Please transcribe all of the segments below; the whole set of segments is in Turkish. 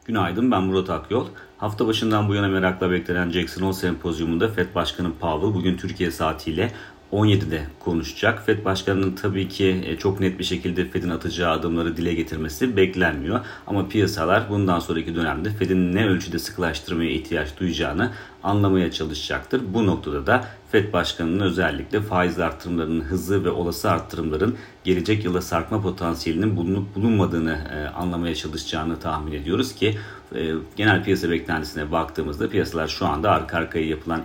Günaydın, ben Murat Akyol. Hafta başından bu yana merakla beklenen Jackson Hole Sempozyumunda FED Başkanı Powell bugün Türkiye saatiyle 17'de konuşacak. FED Başkanı'nın tabii ki çok net bir şekilde FED'in atacağı adımları dile getirmesi beklenmiyor. Ama piyasalar bundan sonraki dönemde FED'in ne ölçüde sıkılaştırmaya ihtiyaç duyacağını anlamaya çalışacaktır. Bu noktada da FED Başkanı'nın özellikle faiz artırımlarının hızı ve olası artırımların gelecek yılda sarkma potansiyelinin bulunup bulunmadığını anlamaya çalışacağını tahmin ediyoruz ki genel piyasa beklentisine baktığımızda piyasalar şu anda arka arkaya yapılan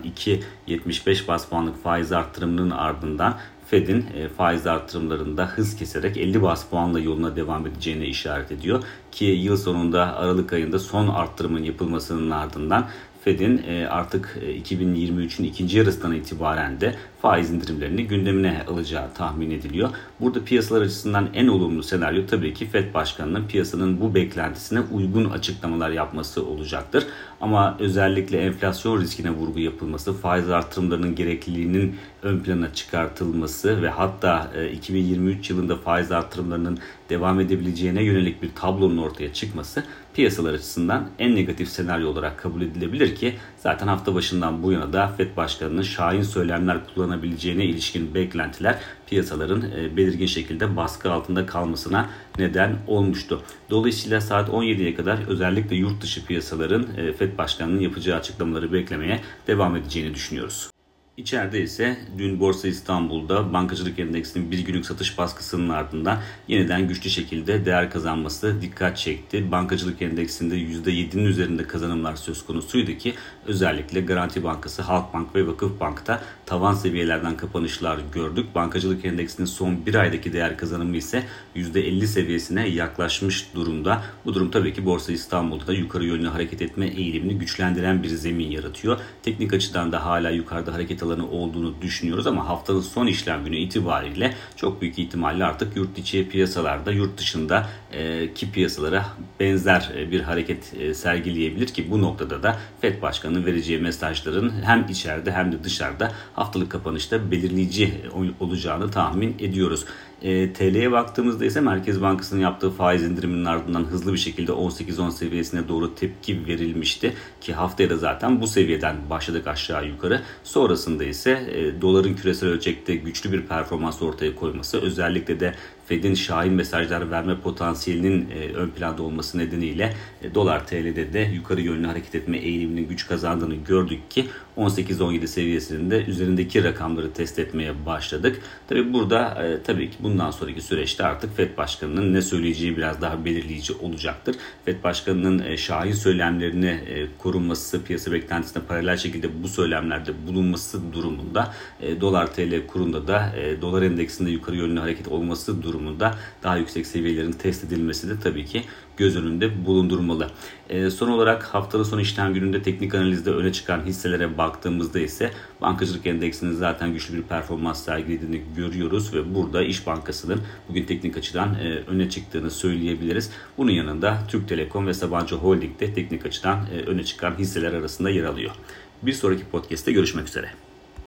2,75 bas puanlık faiz artırımının ardından FED'in faiz artırımlarında hız keserek 50 bas puanla yoluna devam edeceğine işaret ediyor. Ki yıl sonunda Aralık ayında son arttırımın yapılmasının ardından FED'in artık 2023'ün ikinci yarısından itibaren de faiz indirimlerini gündemine alacağı tahmin ediliyor. Burada piyasalar açısından en olumlu senaryo tabii ki FED Başkanı'nın piyasanın bu beklentisine uygun açıklamalar yapması olacaktır. Ama özellikle enflasyon riskine vurgu yapılması, faiz artırımlarının gerekliliğinin ön plana çıkartılması ve hatta 2023 yılında faiz artırımlarının devam edebileceğine yönelik bir tablonun ortaya çıkması piyasalar açısından en negatif senaryo olarak kabul edilebilir ki zaten hafta başından bu yana da FED Başkanı'nın şahin söylemler kullanabileceğine ilişkin beklentiler piyasaların belirgin şekilde baskı altında kalmasına neden olmuştu. Dolayısıyla saat 17'ye kadar özellikle yurt dışı piyasaların FED Başkanı'nın yapacağı açıklamaları beklemeye devam edeceğini düşünüyoruz. İçeride ise dün Borsa İstanbul'da bankacılık endeksinin bir günlük satış baskısının ardından yeniden güçlü şekilde değer kazanması dikkat çekti. Bankacılık endeksinde %7'nin üzerinde kazanımlar söz konusuydu ki özellikle Garanti Bankası, Halkbank ve Vakıfbank'ta tavan seviyelerden kapanışlar gördük. Bankacılık endeksinin son bir aydaki değer kazanımı ise %50 seviyesine yaklaşmış durumda. Bu durum tabii ki Borsa İstanbul'da da yukarı yönlü hareket etme eğilimini güçlendiren bir zemin yaratıyor. Teknik açıdan da hala yukarıda hareket alanı olduğunu düşünüyoruz ama haftanın son işlem günü itibariyle çok büyük ihtimalle artık yurt içi piyasalarda yurt dışındaki piyasalara benzer bir hareket sergileyebilir ki bu noktada da FED Başkanı'nın vereceği mesajların hem içeride hem de dışarıda haftalık kapanışta belirleyici olacağını tahmin ediyoruz. TL'ye baktığımızda ise Merkez Bankası'nın yaptığı faiz indiriminin ardından hızlı bir şekilde 18-10 seviyesine doğru tepki verilmişti ki haftaya da zaten bu seviyeden başladık aşağı yukarı. Sonrasında ise doların küresel ölçekte güçlü bir performans ortaya koyması, özellikle de FED'in şahin mesajlar verme potansiyelinin ön planda olması nedeniyle dolar TL'de de yukarı yönlü hareket etme eğiliminin güç kazandığını gördük ki 18-17 seviyesinin de üzerindeki rakamları test etmeye başladık. Tabii burada tabii ki bundan sonraki süreçte artık FED Başkanı'nın ne söyleyeceği biraz daha belirleyici olacaktır. FED Başkanı'nın şahin söylemlerini korunması, piyasa beklentisine paralel şekilde bu söylemlerde bulunması durumunda dolar TL kurunda da dolar endeksinde yukarı yönlü hareket olması durumunda daha yüksek seviyelerin test edilmesi de tabii ki göz önünde bulundurmalı. Son olarak haftanın son işlem gününde teknik analizde öne çıkan hisselere baktığımızda ise bankacılık endeksinin zaten güçlü bir performans sergilediğini görüyoruz ve burada İş Bankası'nın bugün teknik açıdan öne çıktığını söyleyebiliriz. Bunun yanında Türk Telekom ve Sabancı Holding de teknik açıdan öne çıkan hisseler arasında yer alıyor. Bir sonraki podcast'te görüşmek üzere.